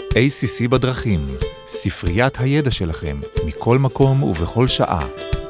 ACC בדרכים, ספריית הידע שלכם, מכל מקום ובכל שעה.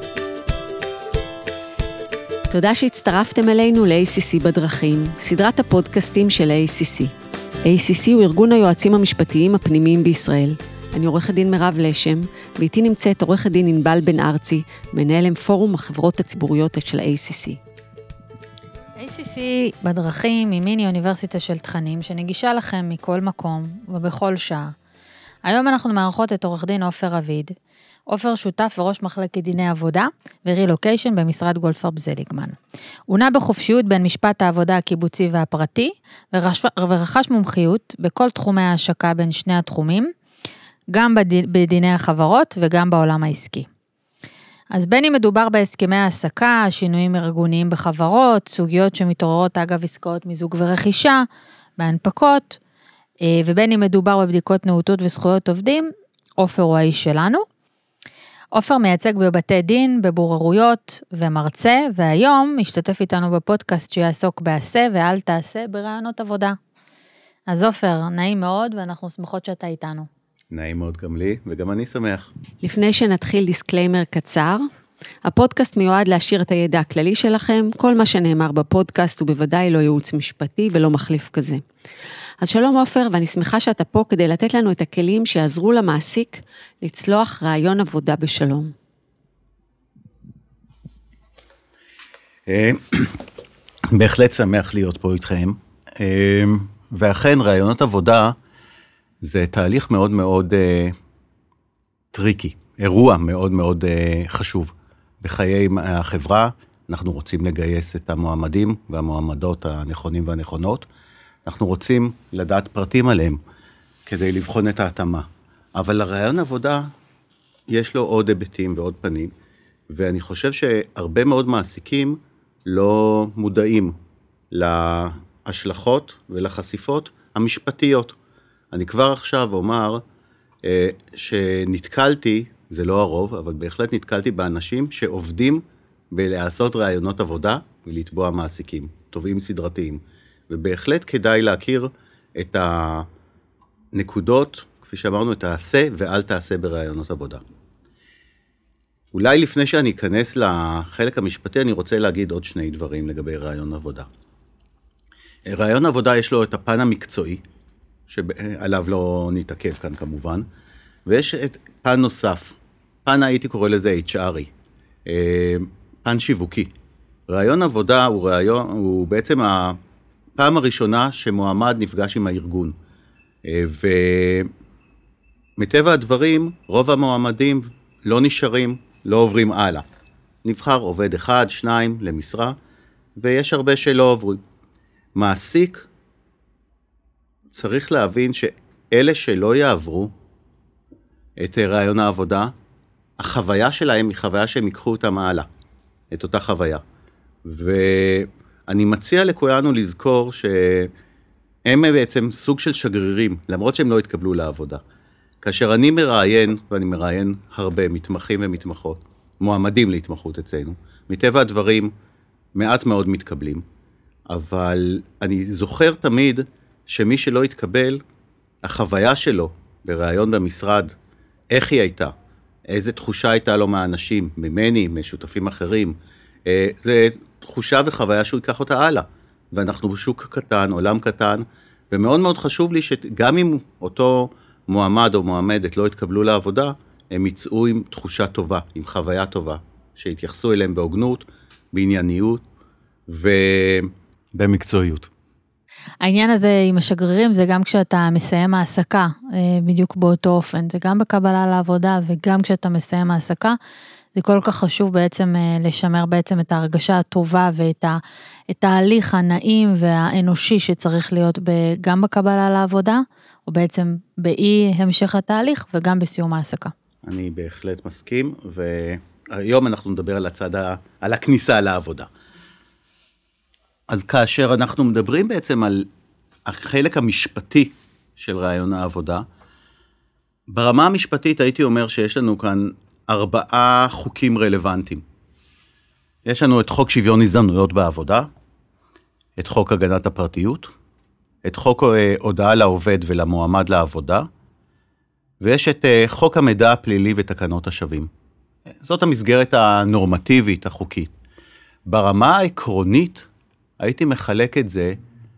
תודה שהצטרפתם אלינו ל-ACC בדרכים, סדרת הפודקאסטים של ACC. ACC הוא ארגון היועצים המשפטיים הפנימיים בישראל. אני עורכת דין מירב לשם, ואיתי נמצאת עורכת דין ענבל בן ארצי, מנהל פורום החברות הציבוריות של ACC. ACC בדרכים היא מיני אוניברסיטה של תכנים שנגישה לכם מכל מקום ובכל שעה. היום אנחנו מארחות את עורך דין עופר אביד. עופר שותף וראש מחלקת דיני עבודה ורילוקיישן במשרד גולדפרב זליגמן. הוא נע בחופשיות בין משפט העבודה הקיבוצי והפרטי, ורכש מומחיות בכל תחומי ההשקה בין שני התחומים, גם בדיני החברות וגם בעולם העסקי. אז בין אם מדובר בהסכמי העסקה, שינויים ארגוניים בחברות, סוגיות שמתעוררות אגב עסקאות מיזוג ורכישה, בהנפקות, ובין אם מדובר בבדיקות נאותות וזכויות עובדים, עופר הוא האיש שלנו. עופר מייצג בבתי דין, בבוררויות ומרצה, והיום משתתף איתנו בפודקאסט שיעסוק בעשה ואל תעשה ברעיונות עבודה. אז עופר, נעים מאוד ואנחנו שמחות שאתה איתנו. נעים מאוד גם לי, וגם אני שמח. לפני שנתחיל דיסקליימר קצר, הפודקאסט מיועד להשאיר את הידע הכללי שלכם, כל מה שנאמר בפודקאסט הוא בוודאי לא ייעוץ משפטי ולא מחליף כזה. אז שלום עופר, ואני שמחה שאתה פה כדי לתת לנו את הכלים שיעזרו למעסיק לצלוח רעיון עבודה בשלום. בהחלט שמח להיות פה איתכם, ואכן רעיונות עבודה זה תהליך מאוד מאוד טריקי, אירוע מאוד מאוד חשוב בחיי החברה. אנחנו רוצים לגייס את המועמדים והמועמדות הנכונים והנכונות, אנחנו רוצים לדעת פרטים עליהם כדי לבחון את ההתאמה. אבל לרעיון עבודה יש לו עוד היבטים ועוד פנים, ואני חושב שהרבה מאוד מעסיקים לא מודעים להשלכות ולחשיפות המשפטיות. אני כבר עכשיו אומר שנתקלתי, זה לא הרוב, אבל בהחלט נתקלתי באנשים שעובדים בלעשות רעיונות עבודה ולתבוע מעסיקים, תובעים סדרתיים. ובהחלט כדאי להכיר את הנקודות, כפי שאמרנו, את העשה ואל תעשה ברעיונות עבודה. אולי לפני שאני אכנס לחלק המשפטי, אני רוצה להגיד עוד שני דברים לגבי רעיון עבודה. רעיון עבודה יש לו את הפן המקצועי, שעליו לא נתעכב כאן כמובן, ויש את פן נוסף, פן הייתי קורא לזה HRי, פן שיווקי. רעיון עבודה הוא בעצם הפעם הראשונה שמועמד נפגש עם הארגון, ומטבע הדברים רוב המועמדים לא נשארים, לא עוברים הלאה. נבחר עובד אחד, שניים למשרה, ויש הרבה שלא עוברים. מעסיק צריך להבין שאלה שלא יעברו את רעיון העבודה, החוויה שלהם היא חוויה שהם ייקחו אותם הלאה, את אותה חוויה. ואני מציע לכולנו לזכור שהם בעצם סוג של שגרירים, למרות שהם לא התקבלו לעבודה. כאשר אני מראיין, ואני מראיין הרבה מתמחים ומתמחות, מועמדים להתמחות אצלנו, מטבע הדברים מעט מאוד מתקבלים, אבל אני זוכר תמיד שמי שלא התקבל, החוויה שלו ברעיון במשרד, איך היא הייתה, איזה תחושה הייתה לו מהאנשים, ממני, משותפים אחרים, זה תחושה וחוויה שהוא ייקח אותה הלאה. ואנחנו בשוק קטן, עולם קטן, ומאוד מאוד חשוב לי שגם אם אותו מועמד או מועמדת לא התקבלו לעבודה, הם יצאו עם תחושה טובה, עם חוויה טובה, שיתייחסו אליהם בהוגנות, בענייניות ובמקצועיות. העניין הזה עם השגרירים זה גם כשאתה מסיים העסקה, בדיוק באותו אופן, זה גם בקבלה לעבודה וגם כשאתה מסיים העסקה, זה כל כך חשוב בעצם לשמר בעצם את ההרגשה הטובה ואת ההליך הנעים והאנושי שצריך להיות גם בקבלה לעבודה, או בעצם באי המשך התהליך וגם בסיום העסקה. אני בהחלט מסכים, והיום אנחנו נדבר על הכניסה לעבודה. אז כאשר אנחנו מדברים בעצם על החלק המשפטי של רעיון העבודה, ברמה המשפטית הייתי אומר שיש לנו כאן 4 חוקים רלוונטיים. יש לנו את חוק שוויון הזדמנויות בעבודה, את חוק הגנת הפרטיות, את חוק הודעה לעובד ולמועמד לעבודה, ויש את חוק המידע הפלילי ותקנות השבים. זאת המסגרת הנורמטיבית, החוקית. ברמה העקרונית, הייתי מחלק את זה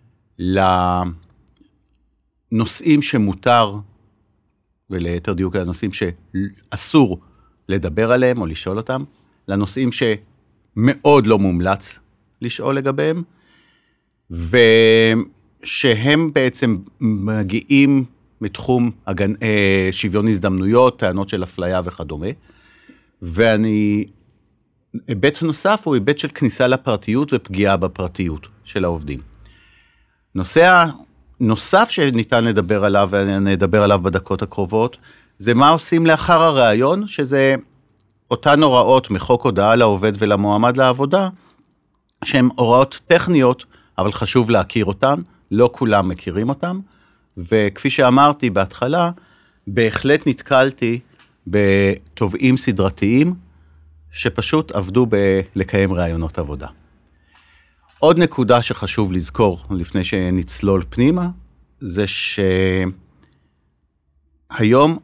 לנושאים שמותר, וליתר דיוק לנושאים שאסור לדבר עליהם או לשאול אותם, לנושאים שמאוד לא מומלץ לשאול לגביהם, ושהם בעצם מגיעים מתחום שוויון הזדמנויות, טענות של אפליה וכדומה, היבט נוסף הוא היבט של כניסה לפרטיות ופגיעה בפרטיות של העובדים. נושא נוסף שניתן לדבר עליו, ונדבר עליו בדקות הקרובות, זה מה עושים לאחר הרעיון, שזה אותן הוראות מחוק הודעה לעובד ולמועמד לעבודה, שהן הוראות טכניות, אבל חשוב להכיר אותן, לא כולם מכירים אותן, וכפי שאמרתי בהתחלה, בהחלט נתקלתי בתובעים סדרתיים, שפשוט עבדו לקיים רעיונות עבודה. עוד נקודה שחשוב לזכור, לפני שנצלול פנימה, זה שהיום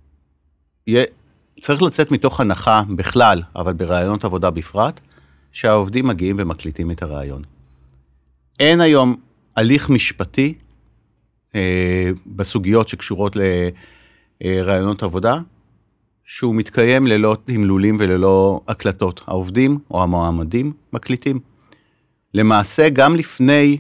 צריך לצאת מתוך הנחה בכלל, אבל ברעיונות עבודה בפרט, שהעובדים מגיעים ומקליטים את הרעיון. אין היום הליך משפטי בסוגיות שקשורות לרעיונות עבודה, שהוא מתקיים ללא תמלולים וללא הקלטות. העובדים או המועמדים מקליטים. למעשה, גם לפני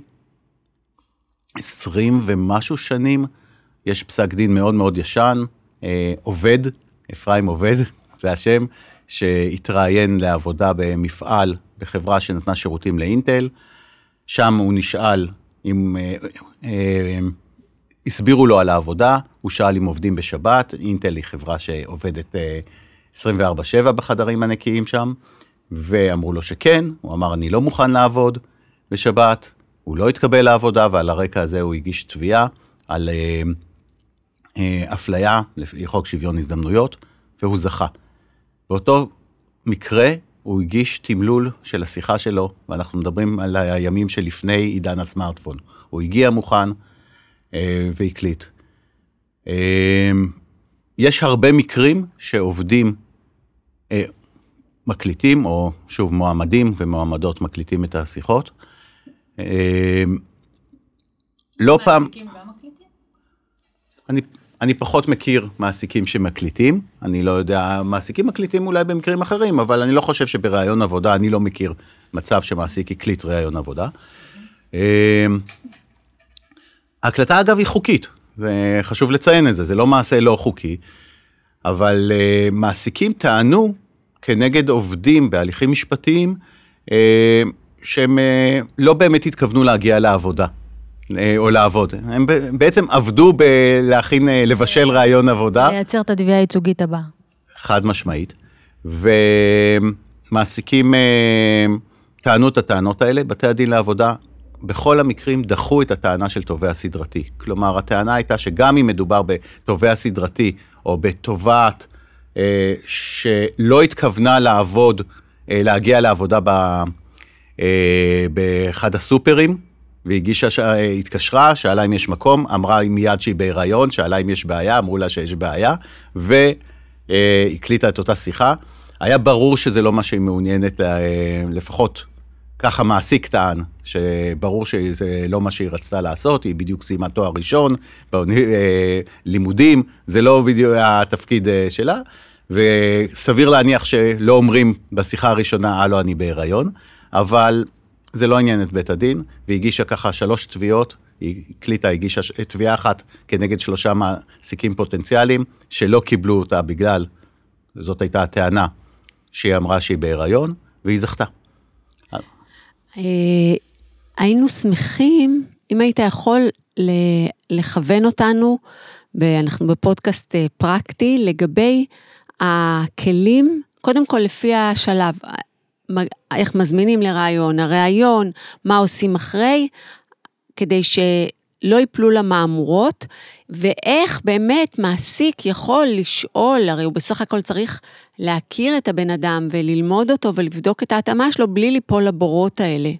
20 ומשהו שנים, יש פסק דין מאוד מאוד ישן, עובד, אפרים עובד, זה השם, שהתראיין לעבודה במפעל, בחברה שנתנה שירותים לאינטל, שם הוא נשאל אם הסבירו לו על העבודה, הוא שאל אם עובדים בשבת, אינטל היא חברה שעובדת 24/7 בחדרים הנקיים שם, ואמרו לו שכן, הוא אמר אני לא מוכן לעבוד בשבת, הוא לא התקבל לעבודה, ועל הרקע הזה הוא הגיש תביעה על אפליה לפי חוק שוויון הזדמנויות, והוא זכה. באותו מקרה הוא הגיש תמלול של השיחה שלו, ואנחנו מדברים על הימים שלפני עידן הסמארטפון. הוא הגיע מוכן והקליט. יש הרבה מקרים שעובדים מקליטים, או שוב מועמדים ומועמדות מקליטים את השיחות. לא פעם... מעסיקים גם מקליטים? אני פחות מכיר מעסיקים שמקליטים, אני לא יודע, מעסיקים מקליטים אולי במקרים אחרים, אבל אני לא חושב שברעיון עבודה, אני לא מכיר מצב שמעסיק יקליט רעיון עבודה. ההקלטה אגב היא חוקית, זה חשוב לציין את זה, זה לא מעשה לא חוקי, אבל מעסיקים טענו כנגד עובדים בהליכים משפטיים, שהם לא באמת התכוונו להגיע לעבודה. או לעבוד. הם בעצם עבדו לבשל רעיון עבודה. לייצר את התביעה הייצוגית הבאה. חד משמעית. ומעסיקים טענו את הטענות האלה, בתי הדין לעבודה, בכל המקרים דחו את הטענה של תובע סדרתי. כלומר, הטענה הייתה שגם אם מדובר בתובע סדרתי, או בתובעת שלא התכוונה לעבוד, להגיע לעבודה באחד הסופרים, התקשרה, שאלה אם יש מקום, אמרה מיד שהיא בהיריון, שאלה אם יש בעיה, אמרו לה שיש בעיה, והקליטה את אותה שיחה. היה ברור שזה לא מה שהיא מעוניינת, לפחות ככה מעסיק טען, שברור שזה לא מה שהיא רצתה לעשות, היא בדיוק סיימה תואר ראשון, לימודים, זה לא בדיוק התפקיד שלה, וסביר להניח שלא אומרים בשיחה הראשונה, לא אני בהיריון, אבל זה לא עניין את בית הדין, והגישה ככה 3 תביעות, היא הקליטה, הגישה תביעה אחת כנגד 3 מעסיקים פוטנציאליים, שלא קיבלו אותה בגלל, זאת הייתה הטענה, שהיא אמרה שהיא בהיריון, והיא זכתה. היינו שמחים, אם היית יכול לכוון אותנו, אנחנו בפודקאסט פרקטי, לגבי הכלים, קודם כל לפי השלב, איך מזמינים לרעיון, הרעיון, מה עושים אחרי, כדי שלא ייפלו למאמורות, ואיך באמת מעסיק יכול לשאול, הרי הוא בסך הכל צריך להכיר את הבן אדם, וללמוד אותו ולבדוק את ההתאמה שלו, בלי ליפול לבורות האלה.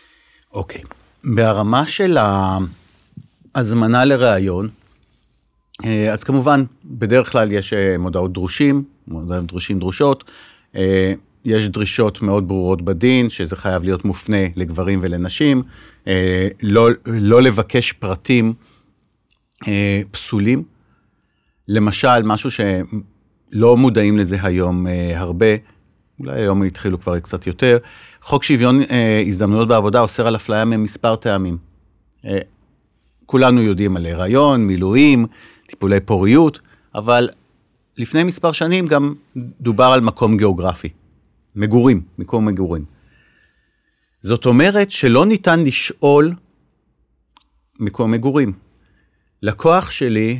אוקיי. ברמה של ההזמנה לרעיון, אז כמובן, בדרך כלל יש מודעות דרושים, מודעות דרושים דרושות, יש דרישות מאוד ברורות בדין, שזה חייב להיות מופנה לגברים ולנשים, לא לבקש פרטים פסולים, למשל, משהו שלא מודעים לזה היום הרבה, אולי היום התחילו כבר קצת יותר, חוק שוויון הזדמנויות בעבודה אוסר על אפליה ממספר טעמים. כולנו יודעים על הריון, מילואים, טיפולי פוריות, אבל לפני מספר שנים גם דובר על מקום גיאוגרפי, מגורים, מקום מגורים. זאת אומרת שלא ניתן לשאול מקום מגורים. לקוח שלי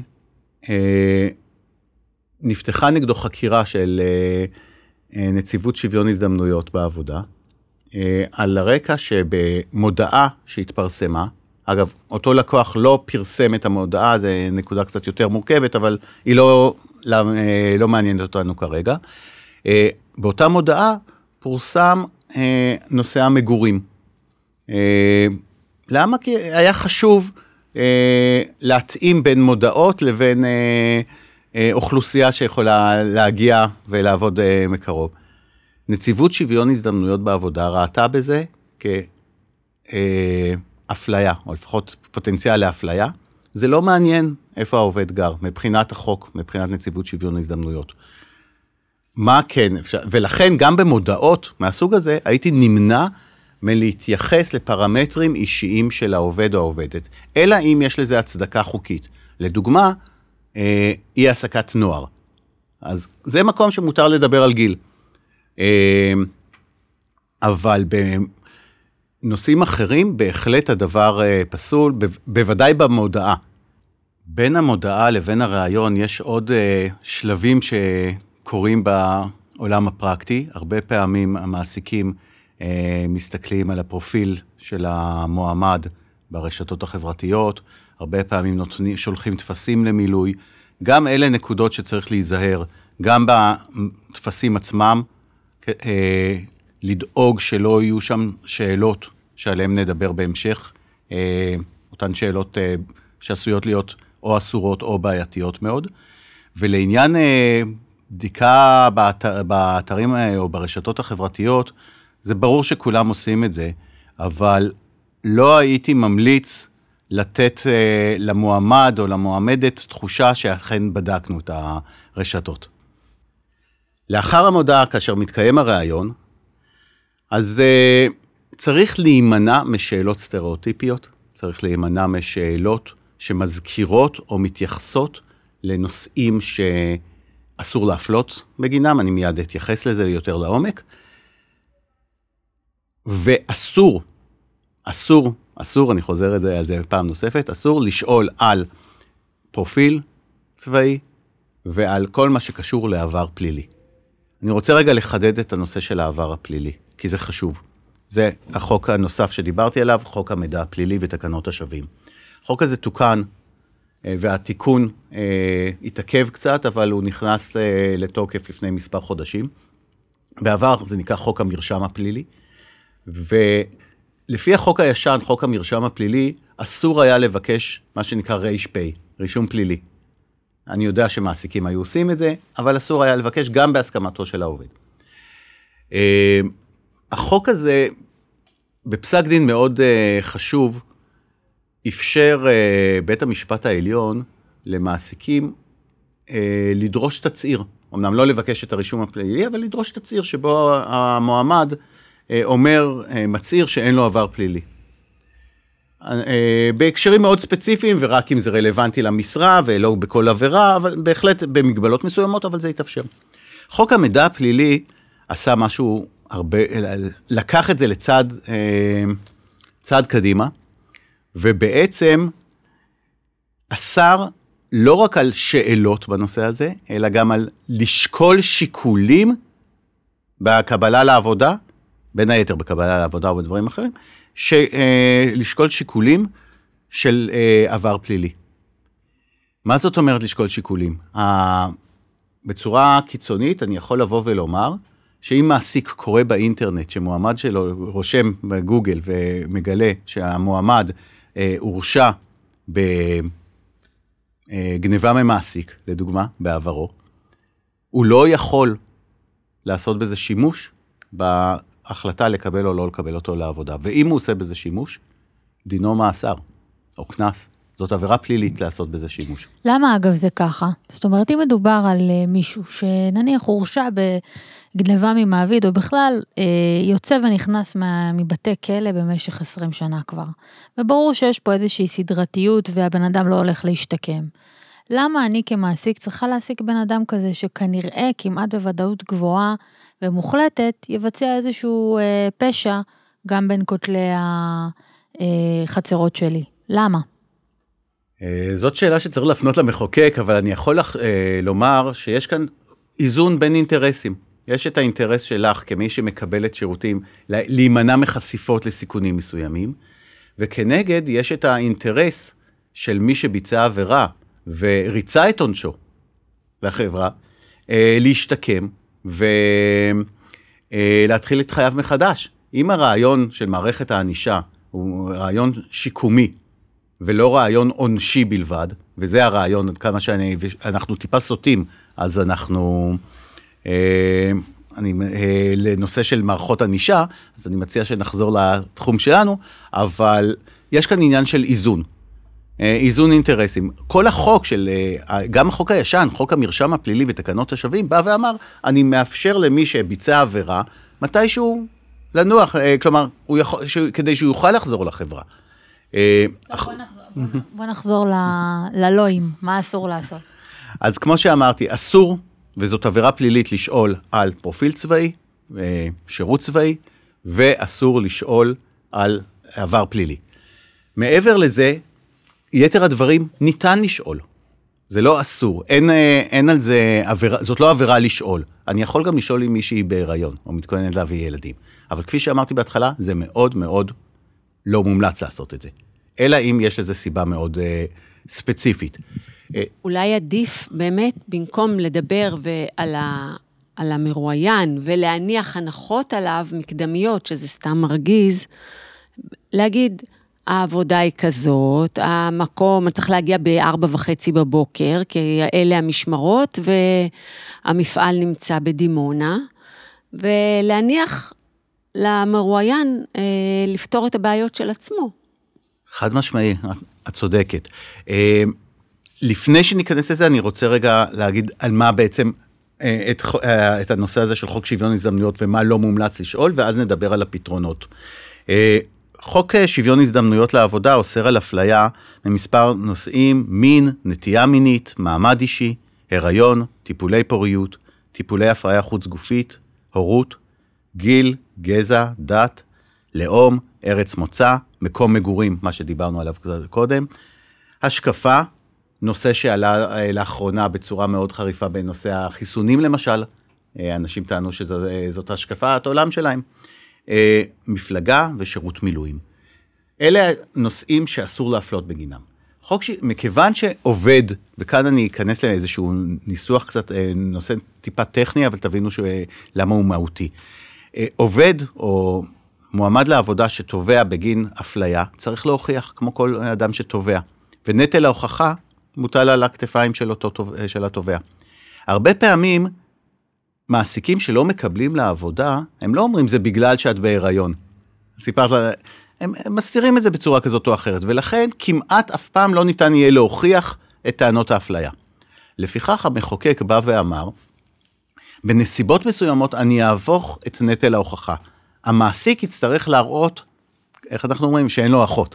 נפתחה נגדו חקירה של נציבות שוויון הזדמנויות בעבודה, על הרקע שבמודעה שהתפרסמה, אגב, אותו לקוח לא פרסם את המודעה, זה נקודה קצת יותר מורכבת, אבל היא לא מעניינת אותנו כרגע. באותה מודעה פורסם נושא המגורים. למה? כי היה חשוב להתאים בין מודעות לבין אוכלוסייה שיכולה להגיע ולעבוד מקרוב. נציבות שוויון הזדמנויות בעבודה ראתה בזה כאפליה, או לפחות פוטנציאל לאפליה. זה לא מעניין איפה העובד גר, מבחינת החוק, מבחינת נציבות שוויון הזדמנויות. מה כן? ולכן גם במודעות מהסוג הזה, הייתי נמנע מלהתייחס לפרמטרים אישיים של העובד או העובדת, אלא אם יש לזה הצדקה חוקית. לדוגמה, אי העסקת נוער. אז זה מקום שמותר לדבר על גיל. אבל בנושאים אחרים, בהחלט הדבר פסול, בוודאי במודעה. בין המודעה לבין הרעיון יש עוד שלבים שקורים בעולם הפרקטי. הרבה פעמים המעסיקים מסתכלים על הפרופיל של המועמד ברשתות החברתיות, הרבה פעמים שולחים תפסים למילוי, גם אלה נקודות שצריך להיזהר, גם בתפסים עצמם, לדאוג שלא יהיו שם שאלות שעליהן נדבר בהמשך, אותן שאלות שעשויות להיות או אסורות או בעייתיות מאוד, ולעניין בדיקה באתרים או ברשתות החברתיות, זה ברור שכולם עושים את זה, אבל לא הייתי ממליץ לתת למועמד או למועמדת תחושה שאכן בדקנו את הרשתות. לאחר המודעה, כאשר מתקיים הרעיון, אז צריך להימנע משאלות סטריאוטיפיות, צריך להימנע משאלות שמזכירות או מתייחסות לנושאים שאסור להפלות בגינם, אני מיד אתייחס לזה יותר לעומק, ואסור, אני חוזר על זה פעם נוספת, אסור לשאול על פרופיל צבאי ועל כל מה שקשור לעבר פלילי. אני רוצה רגע לחדד את הנושא של העבר הפלילי, כי זה חשוב. זה החוק הנוסף שדיברתי עליו, חוק המידע הפלילי ותקנות השבים. החוק הזה תוקן, והתיקון התעכב קצת, אבל הוא נכנס לתוקף לפני מספר חודשים. בעבר זה נקרא חוק המרשם הפלילי, ולפי החוק הישן, חוק המרשם הפלילי, אסור היה לבקש מה שנקרא רייש פי, רישום פלילי. אני יודע שמעסיקים היו עושים את זה, אבל אסור היה לבקש גם בהסכמתו של העובד. החוק הזה, בפסק דין מאוד חשוב, אפשר בית המשפט העליון למעסיקים לדרוש תצהיר. אמנם לא לבקש את הרישום הפלילי, אבל לדרוש תצהיר שבו המועמד אומר, מצהיר שאין לו עבר פלילי. בהקשרים מאוד ספציפיים, ורק אם זה רלוונטי למשרה, ולא בכל עבירה, אבל בהחלט במגבלות מסוימות, אבל זה יתאפשר. חוק המידע הפלילי עשה משהו הרבה, לקח את זה צעד קדימה, ובעצם אסר לא רק על שאלות בנושא הזה, אלא גם על לשקול שיקולים בקבלה לעבודה, בין היתר בקבלה לעבודה או בדברים אחרים, לשקול שיקולים של עבר פלילי. מה זאת אומרת לשקול שיקולים? בצורה קיצונית אני יכול לבוא ולומר, שאם מעסיק קורא באינטרנט, שמועמד שלו רושם בגוגל ומגלה שהמועמד הורשע גניבה ממעסיק, לדוגמה, בעברו, הוא לא יכול לעשות בזה שימוש בהחלטה לקבל או לא לקבל אותו לעבודה. ואם הוא עושה בזה שימוש, דינו מאסר או קנס. זאת עבירה פלילית לעשות בזה שימוש. למה אגב זה ככה? זאת אומרת, אם מדובר על מישהו שנניח הורשע בגנבה ממעביד, או בכלל יוצא ונכנס מבתי כלא במשך 20 שנה כבר. וברור שיש פה איזושהי סדרתיות והבן אדם לא הולך להשתקם. למה אני כמעסיק צריכה להעסיק בן אדם כזה שכנראה כמעט בוודאות גבוהה ומוחלטת, יבצע איזשהו פשע גם בין כותלי החצרות שלי? למה? זאת שאלה שצריך להפנות למחוקק, אבל אני יכול לומר שיש כאן איזון בין אינטרסים. יש את האינטרס שלך כמי שמקבלת שירותים להימנע מחשיפות לסיכונים מסוימים, וכנגד יש את האינטרס של מי שביצע עבירה וריצה את עונשו לחברה, להשתקם ולהתחיל את חייו מחדש. אם הרעיון של מערכת הענישה הוא רעיון שיקומי, ולא רעיון עונשי בלבד, וזה הרעיון, עד כמה שאנחנו טיפה סוטים, אז לנושא של מערכות ענישה, אז אני מציע שנחזור לתחום שלנו, אבל יש כאן עניין של איזון, איזון אינטרסים. כל החוק גם החוק הישן, חוק המרשם הפלילי ותקנות השבים, בא ואמר, אני מאפשר למי שביצע עבירה, מתישהו לנוח, כלומר, כדי שהוא יוכל לחזור לחברה. בוא נחזור ללואים, מה אסור לעשות? אז כמו שאמרתי, אסור, וזאת עבירה פלילית לשאול על פרופיל צבאי, שירות צבאי, ואסור לשאול על עבר פלילי. מעבר לזה, יתר הדברים ניתן לשאול. זה לא אסור, אין על זה עבירה, זאת לא עבירה לשאול. אני יכול גם לשאול אם מישהי בהיריון, או מתכוננת להביא ילדים. אבל כפי שאמרתי בהתחלה, זה מאוד מאוד לא מומלץ לעשות את זה. אלא אם יש לזה סיבה מאוד ספציפית. אולי עדיף באמת, במקום לדבר על המרואיין, ולהניח הנחות עליו מקדמיות, שזה סתם מרגיז, להגיד, העבודה היא כזאת, המקום, צריך להגיע ב4:30 בבוקר, כי אלה המשמרות, והמפעל נמצא בדימונה, ולהניח למרואיין לפתור את הבעיות של עצמו. חד משמעי, את צודקת. לפני שניכנס לזה, אני רוצה רגע להגיד על מה בעצם את הנושא הזה של חוק שוויון הזדמנויות, ומה לא מומלץ לשאול, ואז נדבר על הפתרונות. חוק שוויון הזדמנויות לעבודה אוסר על אפליה ממספר נושאים, מין, נטייה מינית, מעמד אישי, הריון, טיפולי פוריות, טיפולי הפריה חוץ גופית, הורות, גיל, גזע, דת, לאום, ארץ מוצא, מקום מגורים, מה שדיברנו עליו קודם, השקפה, נושא שעלה לאחרונה בצורה מאוד חריפה בנושא החיסונים למשל, אנשים טענו שזאת השקפת העולם שלהם, מפלגה ושירות מילואים. אלה נושאים שאסור להפלות בגינם. מכיוון שעובד, וכאן אני אכנס לאיזשהו ניסוח קצת, נושא טיפה טכני, אבל תבינו למה הוא מהותי. עובד או מועמד לעבודה שתובע בגין אפליה, צריך להוכיח כמו כל אדם שתובע. ונטל ההוכחה מוטל על הכתפיים של התובע. הרבה פעמים, מעסיקים שלא מקבלים לעבודה, הם לא אומרים זה בגלל שאת בהיריון. הם מסתירים את זה בצורה כזאת או אחרת, ולכן כמעט אף פעם לא ניתן יהיה להוכיח את טענות האפליה. לפיכך המחוקק בא ואמר, בנסיבות מסוימות אני אהפוך את נטל ההוכחה. המעסיק יצטרך להראות, איך אנחנו אומרים, שאין לו אחות.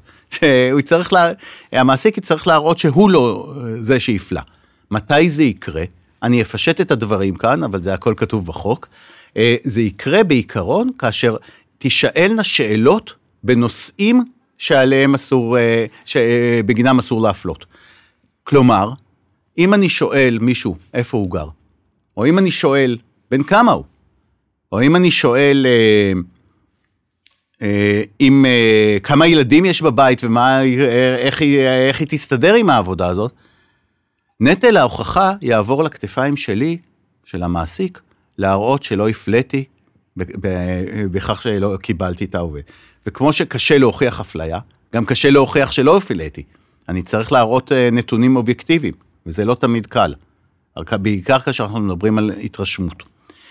המעסיק יצטרך להראות שהוא לא זה שיפלה. מתי זה יקרה? אני אפשט את הדברים כאן, אבל זה הכל כתוב בחוק. זה יקרה בעיקרון, כאשר תשאלנה שאלות בנושאים שעליהם בגינם אסור להפלות. כלומר, אם אני שואל מישהו איפה הוא גר, או אם אני שואל בין כמה הוא, או אם אני שואל כמה ילדים יש בבית, איך היא תסתדר עם העבודה הזאת, נטל ההוכחה יעבור לכתפיים שלי, של המעסיק, להראות שלא הפלאתי, בכך שלא קיבלתי את העובד. וכמו שקשה להוכיח אפליה, גם קשה להוכיח שלא הפלאתי. אני צריך להראות נתונים אובייקטיביים, וזה לא תמיד קל. בעיקר כאשר אנחנו מדברים על התרשמות.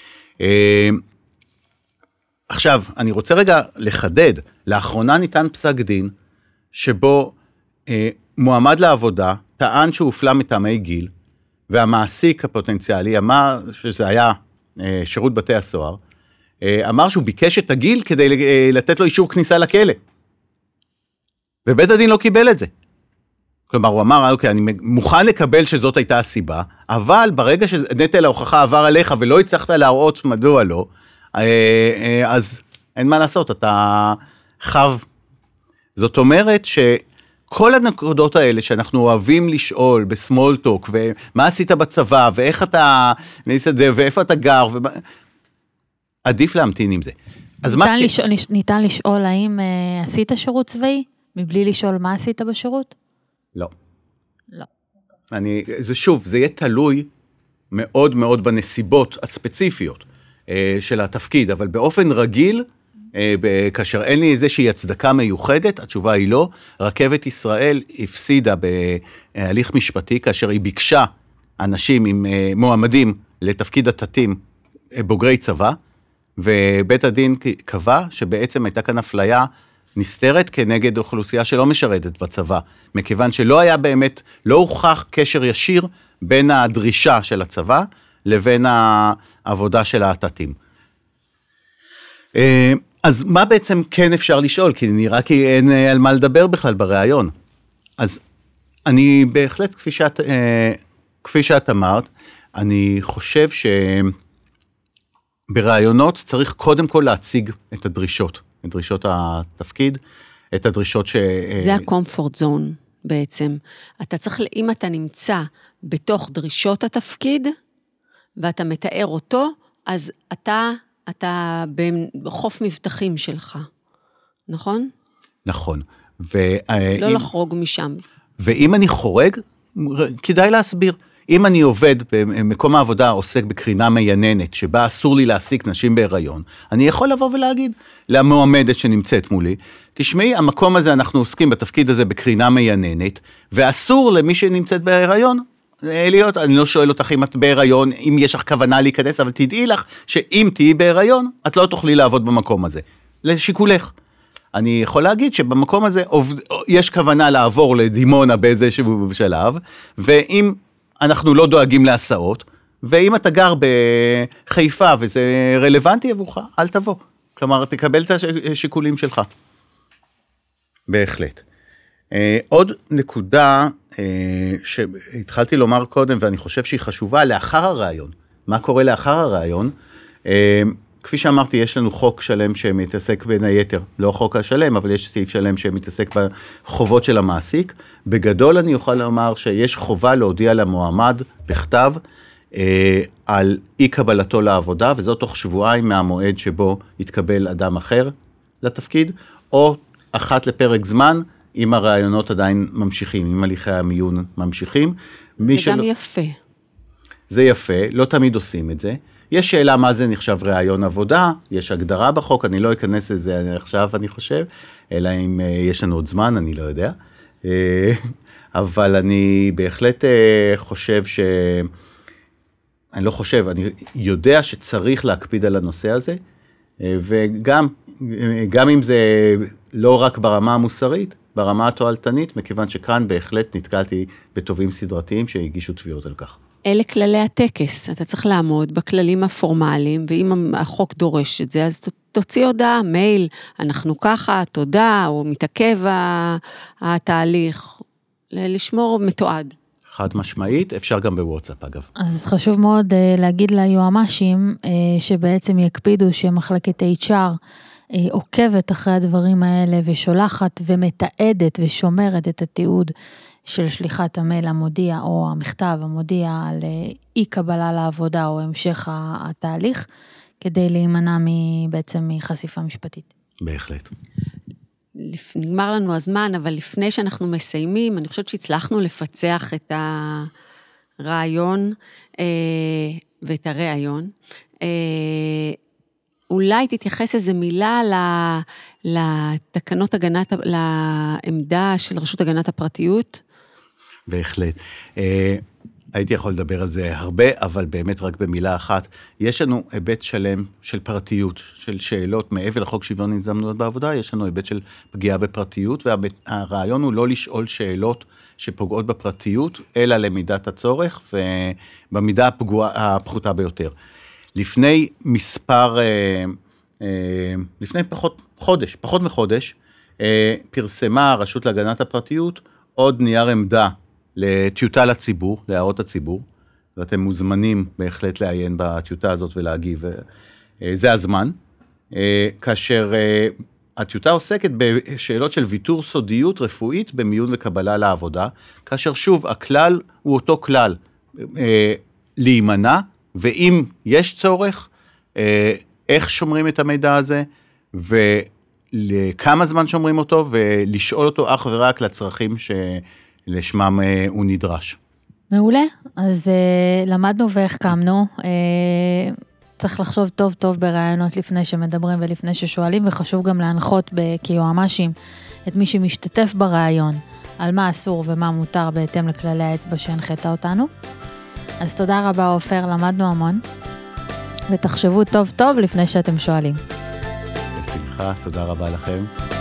עכשיו, אני רוצה רגע לחדד, לאחרונה ניתן פסק דין, שבו מועמד לעבודה, טען שהוא הופלה מטעמי גיל, והמעסיק הפוטנציאלי אמר שזה היה שירות בתי הסוהר, אמר שהוא ביקש את הגיל כדי לתת לו אישור כניסה לכלא. ובית הדין לא קיבל את זה. כלומר, הוא אמר, אוקיי, אני מוכן לקבל שזאת הייתה הסיבה, אבל ברגע שנטל ההוכחה עבר עליך ולא הצלחת להראות מדוע לא, אז אין מה לעשות, אתה חב. זאת אומרת שכל הנקודות האלה שאנחנו אוהבים לשאול בסמול טוק, ומה עשית בצבא, ואיך אתה מסתדר, ואיפה אתה גר, עדיף להמתין עם זה. ניתן לשאול האם עשית שירות צבאי, מבלי לשאול מה עשית בשירות? לא. לא. זה יהיה תלוי מאוד מאוד בנסיבות הספציפיות של התפקיד, אבל באופן רגיל, כאשר אין לי איזושהי הצדקה מיוחדת, התשובה היא לא. רכבת ישראל הפסידה בהליך משפטי, כאשר היא ביקשה אנשים עם מועמדים לתפקיד התתים בוגרי צבא, ובית הדין קבע שבעצם הייתה כאן אפליה נסתרת כנגד אוכלוסייה שלא משרתת בצבא, מכיוון שלא היה באמת, לא הוכח קשר ישיר בין הדרישה של הצבא לבין העבודה של התתים. אז מה בעצם כן אפשר לשאול? כי נראה כי אין על מה לדבר בכלל בראיון. אז אני בהחלט, כפי שאת אמרת, אני חושב שבראיונות צריך קודם כל להציג את הדרישות. את דרישות התפקיד, את הדרישות זה הקומפורט זון בעצם. אתה צריך, אם אתה נמצא בתוך דרישות התפקיד, ואתה מתאר אותו, אז אתה בחוף מבטחים שלך, נכון? נכון. לא לחרוג משם. ואם אני חורג, כדאי להסביר. אם אני עובד במקום העבודה, עוסק בקרינה מייננת, שבה אסור לי להעסיק נשים בהיריון, אני יכול לבוא ולהגיד למועמדת שנמצאת מולי, תשמעי, המקום הזה אנחנו עוסקים בתפקיד הזה בקרינה מייננת, ואסור למי שנמצאת בהיריון, להיות, אני לא שואל אותך אם את בהיריון, אם יש לך כוונה להיכנס, אבל תדעי לך שאם תהיי בהיריון, את לא תוכלי לעבוד במקום הזה. לשיקולך. אני יכול להגיד שבמקום הזה יש כוונה לעבור לדימונה באיזשהו שלב, ואם אנחנו לא דואגים להסעות, ואם אתה גר בחיפה וזה רלוונטי עבורך, אל תבוא. כלומר, תקבל את השיקולים שלך. בהחלט. עוד נקודה שהתחלתי לומר קודם, ואני חושב שהיא חשובה, לאחר הרעיון. מה קורה לאחר הרעיון? כפי שאמרתי, יש לנו חוק שלם שמתעסק בין היתר, לא חוק השלם, אבל יש סעיף שלם שמתעסק בחובות של המעסיק. בגדול אני אוכל לומר שיש חובה להודיע למועמד בכתב על אי קבלתו לעבודה, וזאת תוך שבועיים מהמועד שבו יתקבל אדם אחר לתפקיד, או אחת לפרק זמן, אם הרעיונות עדיין ממשיכים, אם הליכי המיון ממשיכים. זה גם יפה. זה יפה, לא תמיד עושים את זה. יש שאלה מה זה נחשב רעיון עבודה, יש הגדרה בחוק, אני לא אכנס לזה עכשיו אני חושב, אלא אם יש לנו עוד זמן, אני לא יודע. אבל אני בהחלט חושב אני לא חושב, אני יודע שצריך להקפיד על הנושא הזה, וגם אם זה לא רק ברמה המוסרית, ברמה התועלתנית, מכיוון שכאן בהחלט נתקלתי בטובים סדרתיים שהגישו תביעות על כך. אלה כללי הטקס, אתה צריך לעמוד בכללים הפורמליים, ואם החוק דורש את זה, אז תוציא הודעה, מייל, אנחנו ככה, תודה, או מתעכב התהליך, לשמור מתועד. חד משמעית, אפשר גם בוואטסאפ אגב. אז חשוב מאוד להגיד ליועמ"שים, שבעצם יקפידו שמחלקת HR עוקבת אחרי הדברים האלה, ושולחת ומתעדת ושומרת את התיעוד של שליחת המייל המודיע, או המכתב המודיע על אי קבלה לעבודה, או המשך התהליך, כדי להימנע בעצם מחשיפה משפטית. בהחלט. נגמר לנו הזמן, אבל לפני שאנחנו מסיימים, אני חושבת שהצלחנו לפצח את הרעיון ואת הרעיון. אולי תתייחס איזה מילה לתקנות הגנת, לעמדה של רשות הגנת הפרטיות? בהחלט. הייתי יכול לדבר על זה הרבה, אבל באמת רק במילה אחת. יש לנו היבט שלם של פרטיות, של שאלות מעבר לחוק שוויון הזדמנויות בעבודה, יש לנו היבט של פגיעה בפרטיות, והרעיון הוא לא לשאול שאלות שפוגעות בפרטיות, אלא למידת הצורך, ובמידה הפחותה ביותר. לפני פחות מחודש, פרסמה הרשות להגנת הפרטיות עוד נייר עמדה לטיוטה לציבור, להערות הציבור, ואתם מוזמנים בהחלט לעיין בטיוטה הזאת ולהגיב, זה הזמן, כאשר הטיוטה עוסקת בשאלות של ויתור סודיות רפואית במיון וקבלה לעבודה, כאשר שוב הכלל הוא אותו כלל, להימנע, ואם יש צורך, איך שומרים את המידע הזה, ולכמה זמן שומרים אותו, ולשאול אותו אך ורק לצרכים שלשמם הוא נדרש. מעולה, אז למדנו והחכמנו, צריך לחשוב טוב טוב ברעיונות לפני שמדברים ולפני ששואלים, וחשוב גם להנחות כיועמ"שים את מי שמשתתף ברעיון, על מה אסור ומה מותר בהתאם לכללי האצבע שהנחית אותנו. אז תודה רבה עופר, למדנו המון, ותחשבו טוב טוב לפני שאתם שואלים. בשמחה, תודה רבה לכם.